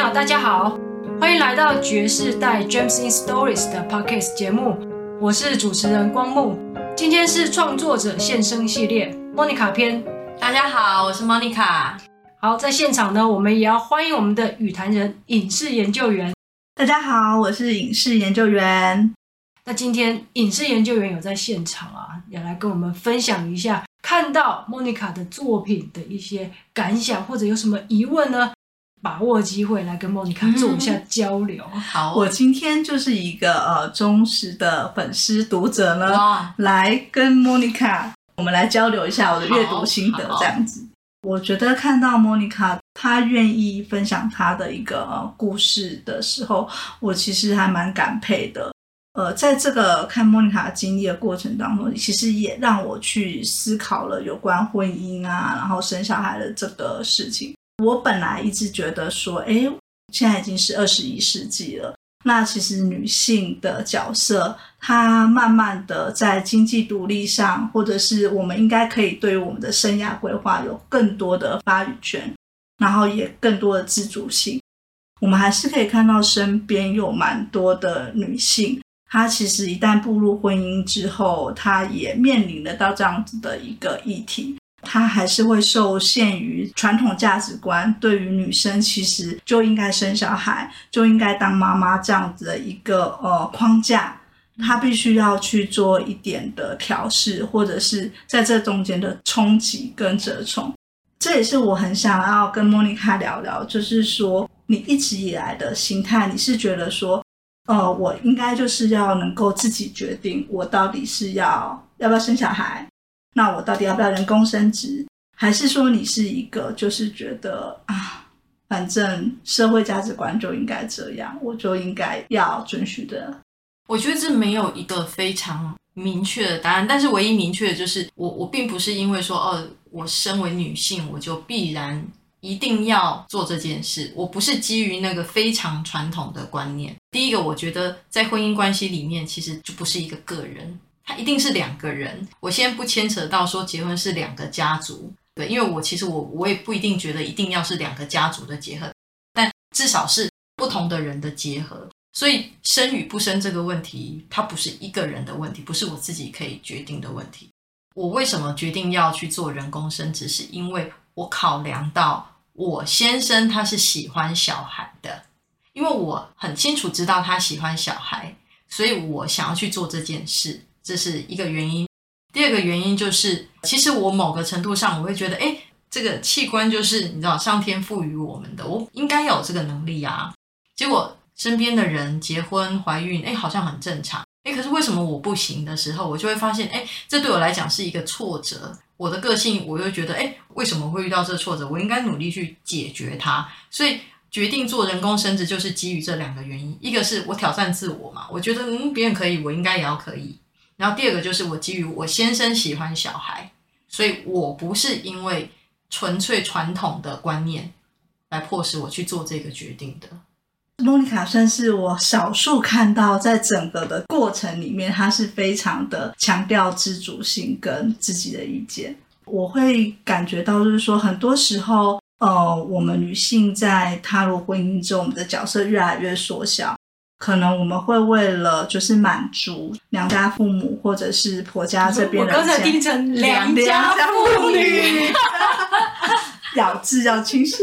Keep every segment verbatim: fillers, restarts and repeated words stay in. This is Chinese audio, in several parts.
友大家好，欢迎来到爵士代 Gems in Stories 的 Podcast 节目，我是主持人光木。今天是创作者现身系列 Monica 篇。 大家好，我是 Monica。 好，在现场呢，我们也要欢迎我们的语坛人影视研究员。 大家好，我是影视研究员。 那今天影视研究员有在现场啊，也来跟我们分享一下看到 Monica 的作品的一些感想，或者有什么疑问呢？把握机会来跟 Monica 做一下交流。 嗯、好， 我今天就是一个呃忠实的粉丝读者呢，来跟 Monica 我们来交流一下我的阅读心得这样子。我觉得看到 Monica 她愿意分享她的一个、呃、故事的时候，我其实还蛮感佩的。呃，在这个看 Monica 经历的过程当中，其实也让我去思考了有关婚姻啊，然后生小孩的这个事情。我本来一直觉得说，诶，现在已经是二十一世纪了，那其实女性的角色她慢慢的在经济独立上，或者是我们应该可以对于我们的生涯规划有更多的发语权，然后也更多的自主性。我们还是可以看到身边有蛮多的女性，她其实一旦步入婚姻之后，她也面临得到这样子的一个议题，她还是会受限于传统价值观，对于女生其实就应该生小孩，就应该当妈妈这样子的一个呃框架，她必须要去做一点的调试，或者是在这中间的冲击跟折冲。这也是我很想要跟 Monica 聊聊，就是说你一直以来的心态，你是觉得说呃，我应该就是要能够自己决定我到底是要要不要生小孩，那我到底要不要人工生殖，还是说你是一个就是觉得啊，反正社会价值观就应该这样，我就应该要准许的。 我觉得这没有一个非常明确的答案，但是唯一明确的就是我我并不是因为说哦，我身为女性我就必然一定要做这件事，我不是基于那个非常传统的观念。第一个，我觉得在婚姻关系里面其实就不是一个个人，它一定是两个人。我先不牵扯到说结婚是两个家族，对，因为我其实我我也不一定觉得一定要是两个家族的结合，但至少是不同的人的结合。所以生与不生这个问题，它不是一个人的问题，不是我自己可以决定的问题。我为什么决定要去做人工生殖，是因为我考量到我先生他是喜欢小孩的，因为我很清楚知道他喜欢小孩，所以我想要去做这件事，这是一个原因。第二个原因就是，其实我某个程度上我会觉得，诶，这个器官就是你知道上天赋予我们的，我应该要有这个能力啊。结果身边的人结婚怀孕，诶，好像很正常，诶，可是为什么我不行的时候，我就会发现，诶，这对我来讲是一个挫折。我的个性我又觉得，诶，为什么会遇到这挫折，我应该努力去解决它。所以决定做人工生殖就是基于这两个原因，一个是我挑战自我嘛，我觉得嗯别人可以，我应该也要可以。然后第二个就是我基于我先生喜欢小孩，所以我不是因为纯粹传统的观念来迫使我去做这个决定的。 Monica 算是我少数看到在整个的过程里面，她是非常的强调自主性跟自己的意见。我会感觉到就是说很多时候呃，我们女性在踏入婚姻之后，我们的角色越来越缩小，可能我们会为了就是满足娘家父母或者是婆家这边的人， 我刚才听成良家妇女咬字要清晰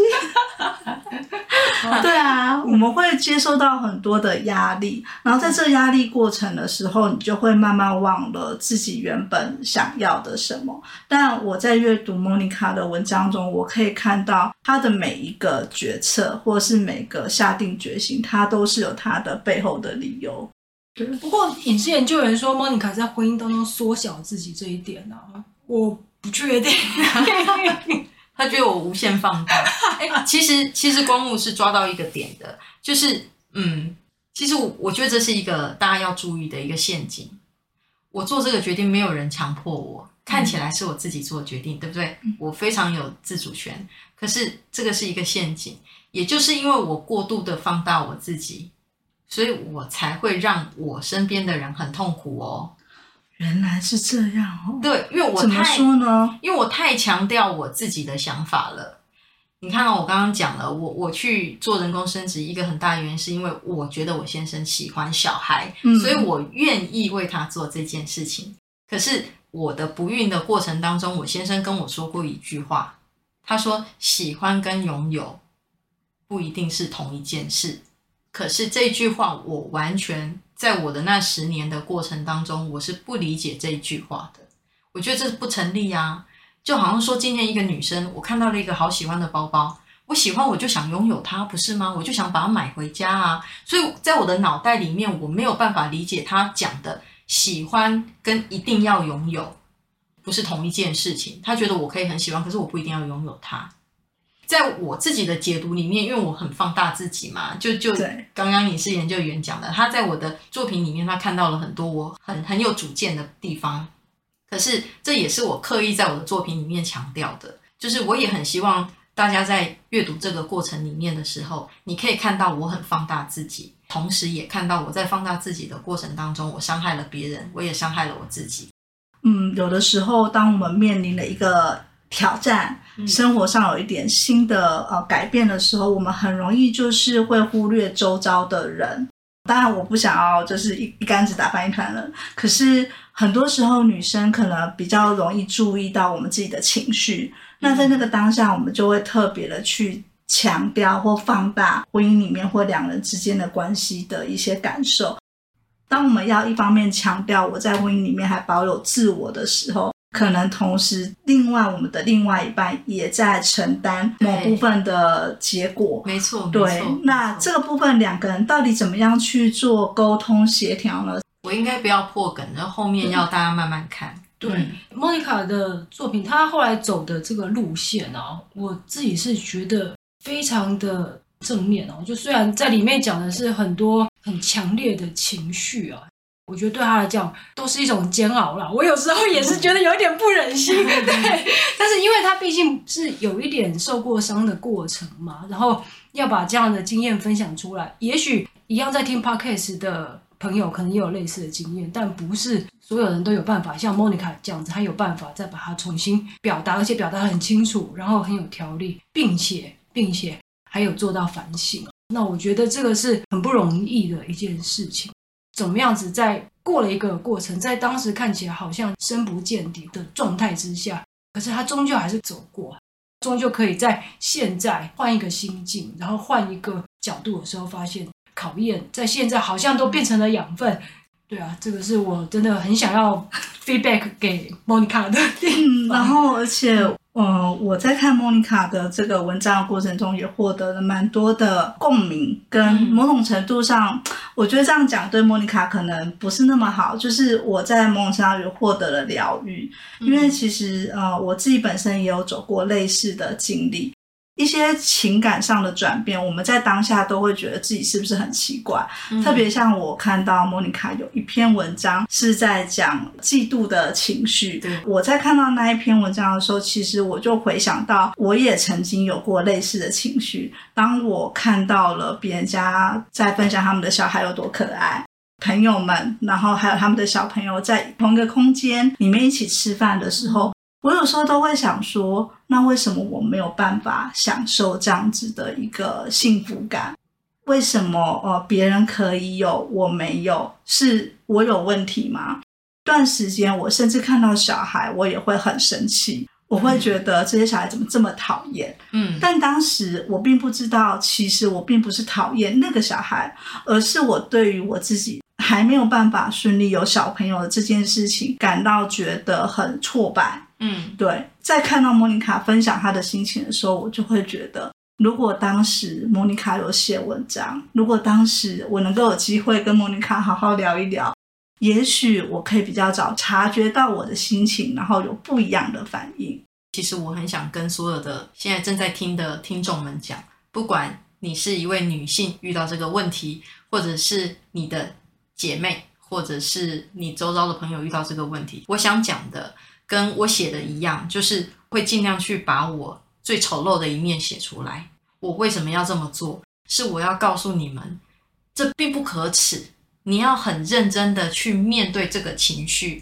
对啊，我们会接受到很多的压力，然后在这压力过程的时候，你就会慢慢忘了自己原本想要的什么。但我在阅读 Monica 的文章中，我可以看到她的每一个决策或是每个下定决心，她都是有她的背后的理由。 对，不过影视研究员说 Monica 在婚姻当中缩小自己这一点啊，我不确定他觉得我无限放大。诶，其实其实光木是抓到一个点的，就是嗯，其实我我觉得这是一个大家要注意的一个陷阱。我做这个决定没有人强迫我，看起来是我自己做决定，对不对？我非常有自主权，可是这个是一个陷阱，也就是因为我过度的放大我自己，所以我才会让我身边的人很痛苦哦。 原来是这样哦。 对，因为我太怎么说呢？ 因为我太强调我自己的想法了。 你看到、哦、我刚刚讲了，我我去做人工生殖，一个很大的原因是因为我觉得我先生喜欢小孩，嗯、所以我愿意为他做这件事情。可是我的不孕的过程当中，我先生跟我说过一句话，他说喜欢跟拥有不一定是同一件事。可是这句话我完全在我的那十年的过程当中，我是不理解这一句话的。我觉得这不成立啊。就好像说今天一个女生，我看到了一个好喜欢的包包，我喜欢我就想拥有它，不是吗？我就想把它买回家啊。所以在我的脑袋里面，我没有办法理解他讲的喜欢跟一定要拥有不是同一件事情。他觉得我可以很喜欢，可是我不一定要拥有它。在我自己的解读里面，因为我很放大自己嘛，就就刚刚影视研究员讲的，他在我的作品里面，他看到了很多我很很有主见的地方。可是这也是我刻意在我的作品里面强调的，就是我也很希望大家在阅读这个过程里面的时候，你可以看到我很放大自己，同时也看到我在放大自己的过程当中，我伤害了别人，我也伤害了我自己。 嗯，有的时候当我们面临了一个挑战，生活上有一点新的呃改变的时候，我们很容易就是会忽略周遭的人。当然我不想要就是一一竿子打翻一船人，可是很多时候女生可能比较容易注意到我们自己的情绪，那在那个当下我们就会特别的去强调或放大婚姻里面或两人之间的关系的一些感受。当我们要一方面强调我在婚姻里面还保有自我的时候，可能同时另外我们的另外一半也在承担某部分的结果。 没错， 对，那这个部分两个人到底怎么样去做沟通协调呢？ 我应该不要破梗，然后后面要大家慢慢看。 对，嗯，Monica 的作品她后来走的这个路线啊，我自己是觉得非常的正面哦。就虽然在里面讲的是很多很强烈的情绪啊，我觉得对他来讲都是一种煎熬啦。我有时候也是觉得有一点不忍心，对。但是因为他毕竟是有一点受过伤的过程嘛，然后要把这样的经验分享出来，也许一样在听 Podcast 的朋友可能也有类似的经验，但不是所有人都有办法像 Monica 这样子，他有办法再把它重新表达，而且表达很清楚，然后很有条理，并且并且还有做到反省。那我觉得这个是很不容易的一件事情。怎么样子在过了一个过程，在当时看起来好像深不见底的状态之下，可是他终究还是走过，终究可以在现在换一个心境，然后换一个角度的时候，发现考验在现在好像都变成了养分。对啊，这个是我真的很想要 feedback 给 Monica 的地方。 嗯，然后而且呃，我在看 Monica 的这个文章的过程中，也获得了蛮多的共鸣，跟某种程度上，嗯，我觉得这样讲对 Monica 可能不是那么好，就是我在某种程度上也获得了疗愈，因为其实呃，我自己本身也有走过类似的经历。一些情感上的转变，我们在当下都会觉得自己是不是很奇怪，嗯，特别像我看到 Monica 有一篇文章是在讲嫉妒的情绪，我在看到那一篇文章的时候，其实我就回想到我也曾经有过类似的情绪。当我看到了别人家在分享他们的小孩有多可爱，朋友们然后还有他们的小朋友在同一个空间里面一起吃饭的时候，我有时候都会想说，那为什么我没有办法享受这样子的一个幸福感？为什么呃别人可以有我没有？是我有问题吗？段时间我甚至看到小孩我也会很生气，我会觉得这些小孩怎么这么讨厌。嗯，但当时我并不知道，其实我并不是讨厌那个小孩，而是我对于我自己还没有办法顺利有小朋友的这件事情感到觉得很挫败。嗯，对，在看到 Monica 分享她的心情的时候，我就会觉得，如果当时 Monica 有写文章，如果当时我能够有机会跟 Monica 好好聊一聊，也许我可以比较早察觉到我的心情，然后有不一样的反应。 其实我很想跟所有的现在正在听的听众们讲，不管你是一位女性遇到这个问题，或者是你的姐妹，或者是你周遭的朋友遇到这个问题，我想讲的跟我写的一样，就是会尽量去把我最丑陋的一面写出来。我为什么要这么做？是我要告诉你们，这并不可耻。你要很认真的去面对这个情绪，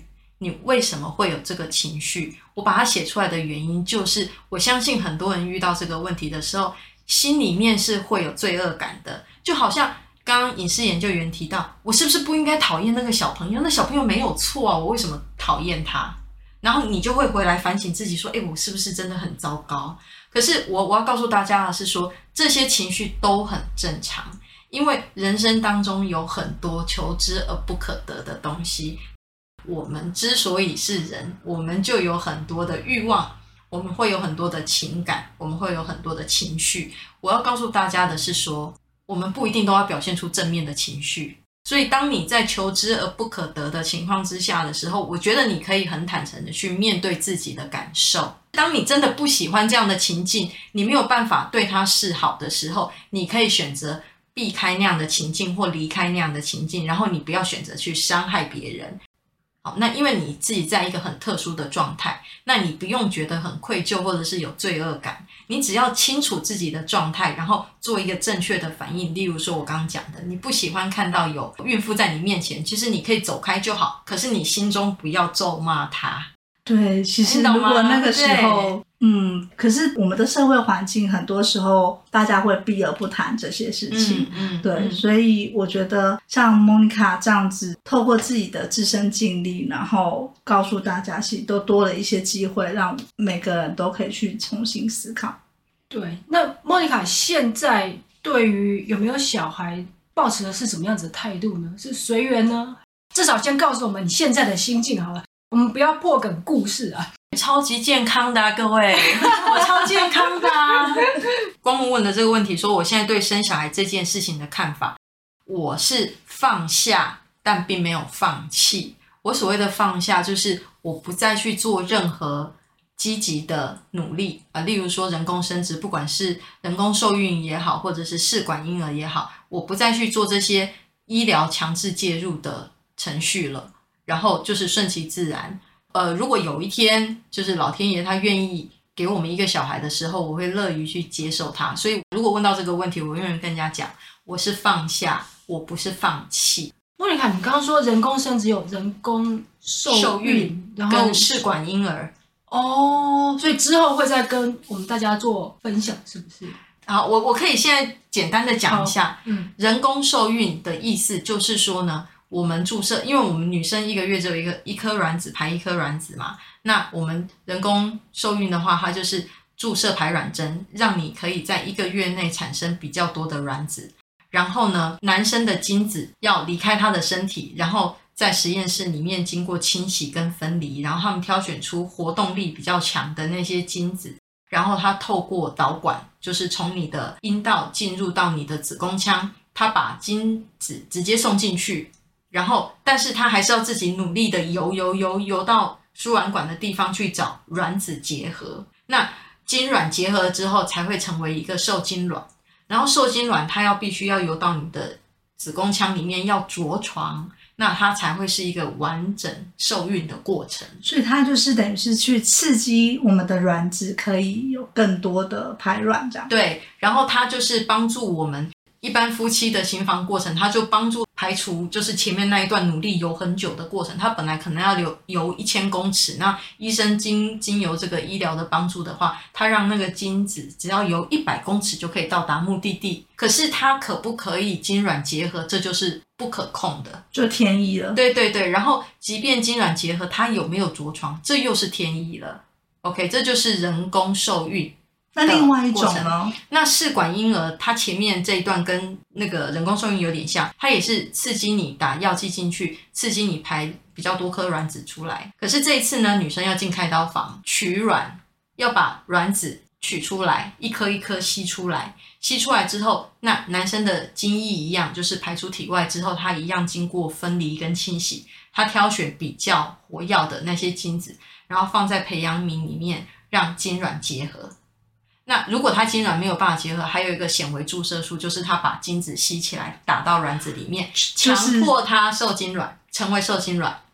你为什么会有这个情绪。我把它写出来的原因就是我相信很多人遇到这个问题的时候心里面是会有罪恶感的，就好像刚刚影视研究员提到，我是不是不应该讨厌那个小朋友，那小朋友没有错啊，我为什么讨厌他，然后你就会回来反省自己说，诶，我是不是真的很糟糕。可是我我要告诉大家的是说，这些情绪都很正常，因为人生当中有很多求之而不可得的东西。我们之所以是人，我们就有很多的欲望，我们会有很多的情感，我们会有很多的情绪。我要告诉大家的是说，我们不一定都要表现出正面的情绪，所以当你在求之而不可得的情况之下的时候，我觉得你可以很坦诚的去面对自己的感受。当你真的不喜欢这样的情境，你没有办法对他示好的时候，你可以选择避开那样的情境或离开那样的情境，然后你不要选择去伤害别人。好，那因为你自己在一个很特殊的状态，那你不用觉得很愧疚或者是有罪恶感，你只要清楚自己的状态，然后做一个正确的反应。例如说我刚刚讲的，你不喜欢看到有孕妇在你面前，其实你可以走开就好，可是你心中不要咒骂她。 对，其实如果那个时候嗯，可是我们的社会环境很多时候大家会避而不谈这些事情， 嗯嗯， 对、 嗯， 所以我觉得像 Monica 这样子透过自己的自身经历，然后告诉大家其实都多了一些机会让每个人都可以去重新思考。 对，那 Monica 现在对于有没有小孩抱持的是什么样子的态度呢？是随缘呢？至少先告诉我们你现在的心境好了，我们不要破梗故事啊。 超级健康的啊，各位，我超健康的啊。光木问的这个问题说我现在对生小孩这件事情的看法，我是放下但并没有放弃。我所谓的放下就是我不再去做任何积极的努力啊，例如说人工生殖，不管是人工受孕也好，或者是试管婴儿也好，我不再去做这些医疗强制介入的程序了，然后就是顺其自然。呃，如果有一天就是老天爷他愿意给我们一个小孩的时候，我会乐于去接受他。所以如果问到这个问题，我永远跟人家讲，我是放下，我不是放弃。 莫妮卡，你刚刚说人工生殖有人工受孕，然后跟试管婴儿哦，所以之后会再跟我们大家做分享，是不是？ 好，我我可以现在简单的讲一下， 嗯， 人工受孕的意思就是说呢，我们注射，因为我们女生一个月只有一个一颗卵子排一颗卵子嘛，那我们人工受孕的话，它就是注射排卵针，让你可以在一个月内产生比较多的卵子。然后呢，男生的精子要离开他的身体，然后在实验室里面经过清洗跟分离，然后他们挑选出活动力比较强的那些精子，然后他透过导管，就是从你的阴道进入到你的子宫腔，他把精子直接送进去，然后但是他还是要自己努力的游游游游到输卵管的地方去找卵子结合，那精卵结合了之后才会成为一个受精卵，然后受精卵它要必须要游到你的子宫腔里面要着床，那它才会是一个完整受孕的过程。 所以它就是等于是去刺激我们的卵子可以有更多的排卵这样。 对，然后它就是帮助我们一般夫妻的行房过程，它就帮助排除就是前面那一段努力游很久的过程，它本来可能要游游一千公尺，那医生经经由这个医疗的帮助的话，它让那个精子只要游一百公尺就可以到达目的地。可是它可不可以精卵结合，这就是不可控的， 就天意了。 对对对，然后即便精卵结合，它有没有着床，这又是天意了。OK， 这就是人工受孕。 那另外一种呢？ 那试管婴儿它前面这一段跟那个人工受孕有点像，它也是刺激你打药剂进去，刺激你排比较多颗卵子出来。可是这一次呢，女生要进开刀房取卵，要把卵子取出来，一颗一颗吸出来，吸出来之后，那男生的精液一样，就是排出体外之后，它一样经过分离跟清洗，它挑选比较活跃的那些精子，然后放在培养皿里面让精卵结合。那如果它精卵没有办法结合，还有一个显微注射术，就是它把精子吸起来打到卵子里面，强迫它受精卵，成为受精卵。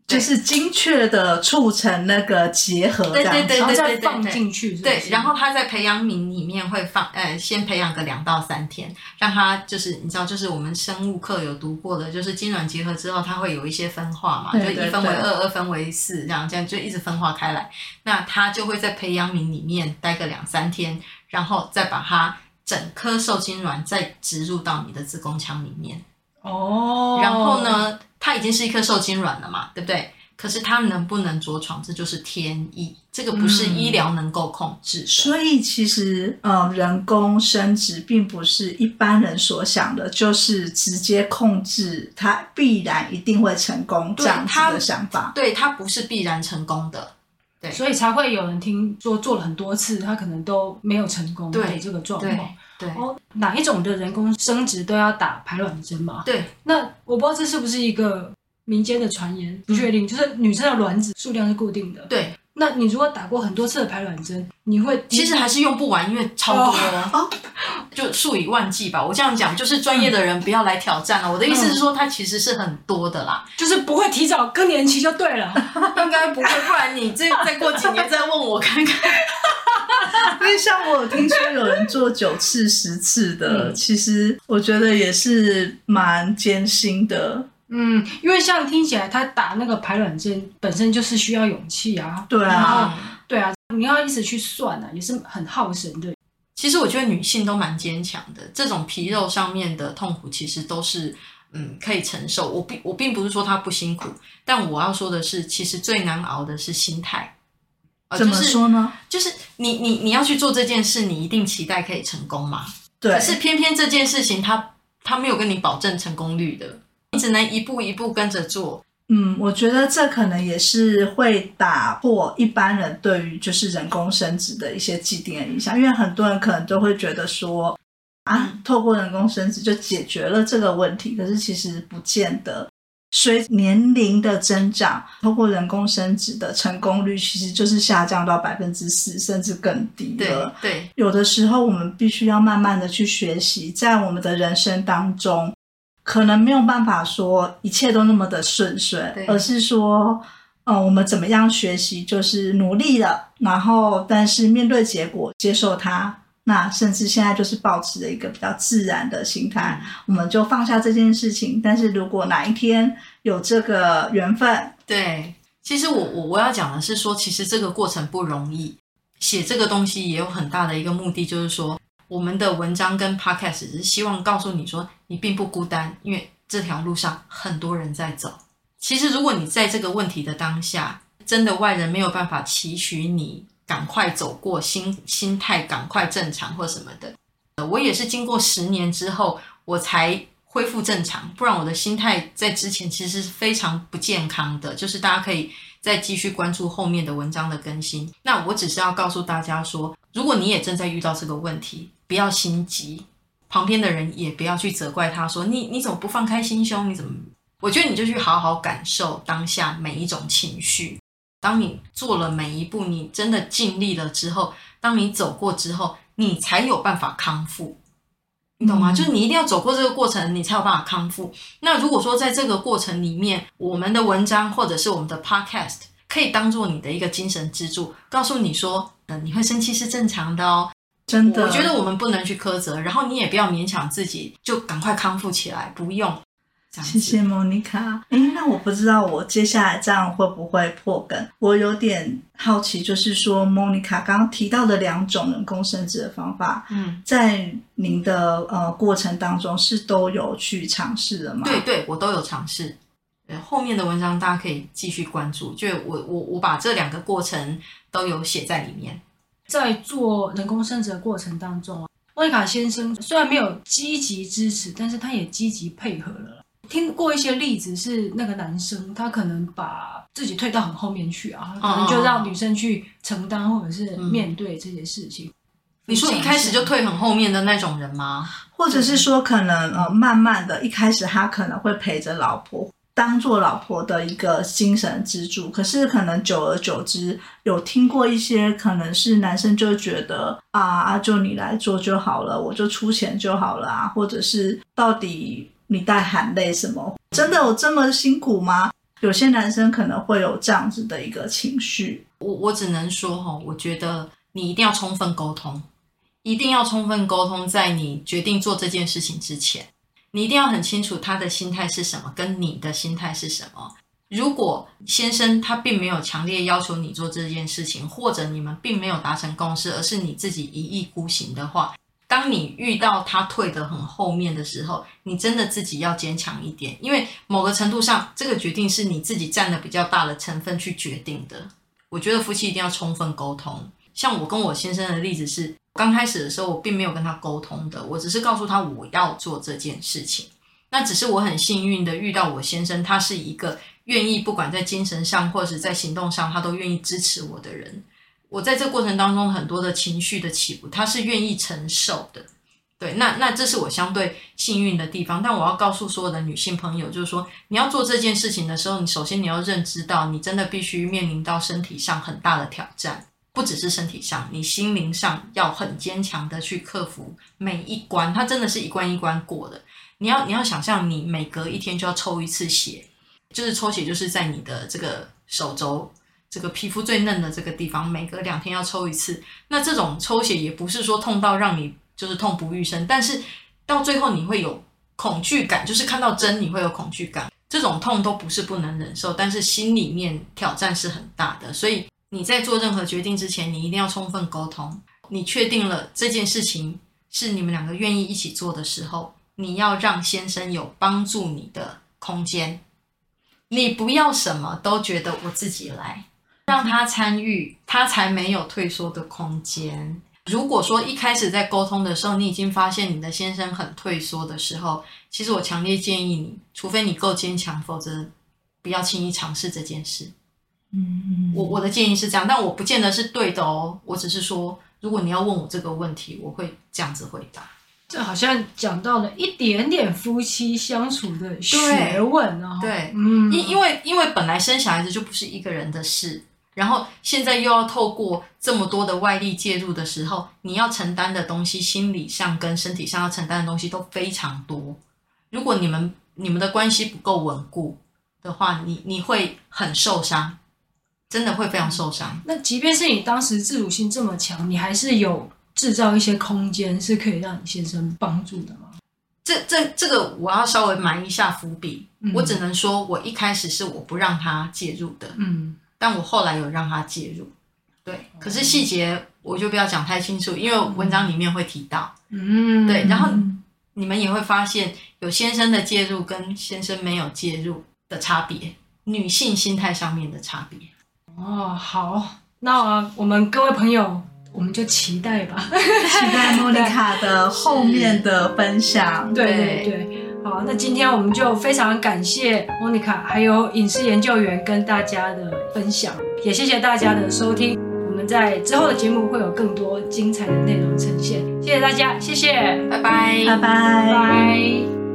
就是精确的促成那个结合这样子， 对对对对对对， 然后再放进去是不是？ 对，然后他在培养皿里面会放，呃，先培养个两到三天，让它就是你知道，就是我们生物课有读过的，就是精卵结合之后，它会有一些分化嘛， 对对对， 就一分为二，二分为四，这样这样就一直分化开来。那它就会在培养皿里面待个两三天，然后再把它整颗受精卵再植入到你的子宫腔里面。 哦， 然后呢，它已经是一颗受精卵了嘛，对不对？可是它能不能着床，这就是天意，这个不是医疗能够控制的。 嗯、所以其实呃，人工生殖并不是一般人所想的，就是直接控制它必然一定会成功这样子的想法。 对，它不是必然成功的。对， 所以才会有人听说做了很多次，他可能都没有成功的这个状况。 对， 哦，哪一种的人工生殖都要打排卵针嘛？ 对。 那我不知道这是不是一个民间的传言，不确定。嗯、就是女生的卵子数量是固定的。 对。 那你如果打过很多次的排卵针，你会其实还是用不完，因为超多，哦、就数以万计吧。我这样讲，就是专业的人不要来挑战了。嗯、我的意思是说，它其实是很多的啦， 就是不会提早更年期就对了。 应该不会，不然你再再过几年再问我看看。 因为像我有听说有人做九次、十次的，嗯、其实我觉得也是蛮艰辛的。 嗯，因为像听起来他打那个排卵针本身就是需要勇气啊， 对啊， 然后对啊，你要一直去算啊，也是很耗神的。 其实我觉得女性都蛮坚强的，这种皮肉上面的痛苦其实都是嗯可以承受。我并我并不是说它不辛苦，但我要说的是，其实最难熬的是心态。 呃、怎么说呢？ 就是、就是你你你要去做这件事，你一定期待可以成功嘛？ 对。 可是偏偏这件事情它，它它没有跟你保证成功率的。你只能一步一步跟着做。 嗯，我觉得这可能也是会打破一般人对于就是人工生殖的一些既定的印象，因为很多人可能都会觉得说啊，透过人工生殖就解决了这个问题，可是其实不见得。随年龄的增长，透过人工生殖的成功率其实就是下降到百分之四甚至更低了。 对对， 有的时候我们必须要慢慢的去学习，在我们的人生当中可能没有办法说一切都那么的顺遂，而是说呃，我们怎么样学习，就是努力了，然后但是面对结果接受它，那甚至现在就是抱持了一个比较自然的心态，嗯、我们就放下这件事情。但是如果哪一天有这个缘分， 对，其实我我我要讲的是说，其实这个过程不容易，写这个东西也有很大的一个目的，就是说我们的文章跟 podcast 只是希望告诉你说你并不孤单，因为这条路上很多人在走。其实如果你在这个问题的当下，真的外人没有办法期许你赶快走过，心心态赶快正常或什么的。我也是经过十年之后我才恢复正常，不然我的心态在之前其实是非常不健康的。就是大家可以再继续关注后面的文章的更新。那我只是要告诉大家说，如果你也正在遇到这个问题，不要心急，旁边的人也不要去责怪他说你你怎么不放开心胸，你怎么，我觉得你就去好好感受当下每一种情绪。当你做了每一步，你真的尽力了之后，当你走过之后，你才有办法康复，你懂吗？嗯、就是你一定要走过这个过程，你才有办法康复。那如果说在这个过程里面，我们的文章或者是我们的 podcast 可以当做你的一个精神支柱，告诉你说、呃、你会生气是正常的哦， 真的。 我觉得我们不能去苛责，然后你也不要勉强自己就赶快康复起来，不用。 谢谢 Monica。 诶，那我不知道我接下来这样会不会破梗，我有点好奇，就是说 Monica 刚刚提到的两种人工生殖的方法，嗯，在您的呃过程当中是都有去尝试的吗？ 对对，我都有尝试。后面的文章大家可以继续关注，就我我我把这两个过程都有写在里面。 在做人工生殖的过程当中，莫妮卡先生虽然没有积极支持，但是他也积极配合了。听过一些例子是那个男生他可能把自己推到很后面去啊，可能就让女生去承担或者是面对这些事情。嗯、 你说一开始就退很后面的那种人吗？ 或者是说可能呃慢慢的一开始他可能会陪着老婆，当做老婆的一个精神支柱，可是可能久而久之有听过一些可能是男生就觉得啊就你来做就好了，我就出钱就好了啊，或者是到底你带含泪什么？真的有这么辛苦吗？ 有些男生可能会有这样子的一个情绪。 我我只能说我觉得你一定要充分沟通，一定要充分沟通，在你决定做这件事情之前，你一定要很清楚他的心态是什么，跟你的心态是什么。如果先生他并没有强烈要求你做这件事情，或者你们并没有达成共识，而是你自己一意孤行的话，当你遇到他退得很后面的时候，你真的自己要坚强一点，因为某个程度上这个决定是你自己占了比较大的成分去决定的。我觉得夫妻一定要充分沟通。像我跟我先生的例子是，刚开始的时候我并没有跟他沟通的，我只是告诉他我要做这件事情。那只是我很幸运的遇到我先生，他是一个愿意不管在精神上或者是在行动上他都愿意支持我的人。我在这个过程当中很多的情绪的起伏他是愿意承受的，对，那那这是我相对幸运的地方。但我要告诉所有的女性朋友，就是说你要做这件事情的时候，你首先你要认知到你真的必须面临到身体上很大的挑战，不只是身体上，你心灵上要很坚强的去克服每一关，它真的是一关一关过的。你要你要想象你每隔一天就要抽一次血，就是抽血就是在你的这个手肘这个皮肤最嫩的这个地方，每隔两天要抽一次。那这种抽血也不是说痛到让你就是痛不欲生，但是到最后你会有恐惧感，就是看到针你会有恐惧感，这种痛都不是不能忍受，但是心里面挑战是很大的。所以你在做任何决定之前，你一定要充分沟通。你确定了这件事情是你们两个愿意一起做的时候，你要让先生有帮助你的空间，你不要什么都觉得我自己来，让他参与，他才没有退缩的空间。如果说一开始在沟通的时候，你已经发现你的先生很退缩的时候，其实我强烈建议你，除非你够坚强，否则不要轻易尝试这件事。嗯，我我的建议是这样，但我不见得是对的哦。我只是说，如果你要问我这个问题，我会这样子回答。 这好像讲到了一点点夫妻相处的学问哦。 对，嗯，因因为因为本来生小孩子就不是一个人的事，然后现在又要透过这么多的外力介入的时候，你要承担的东西，心理上跟身体上要承担的东西都非常多。如果你们你们的关系不够稳固的话，你你会很受伤，真的会非常受伤。 那即便是你当时自主性这么强，你还是有制造一些空间是可以让你先生帮助的吗？ 这这这个我要稍微埋一下伏笔、嗯、我只能说我一开始是我不让他介入的，嗯，但我后来有让他介入，对，可是细节我就不要讲太清楚，因为文章里面会提到，嗯，对，然后你们也会发现有先生的介入跟先生没有介入的差别，女性心态上面的差别。 哦，好，那我们各位朋友我们就期待吧， 期待莫妮卡的后面的分享。 对对对，好，那今天我们就非常感谢莫妮卡还有影视研究员跟大家的分享，也谢谢大家的收听。我们在之后的节目会有更多精彩的内容呈现，谢谢大家，谢谢， 拜拜， 拜拜， 拜拜。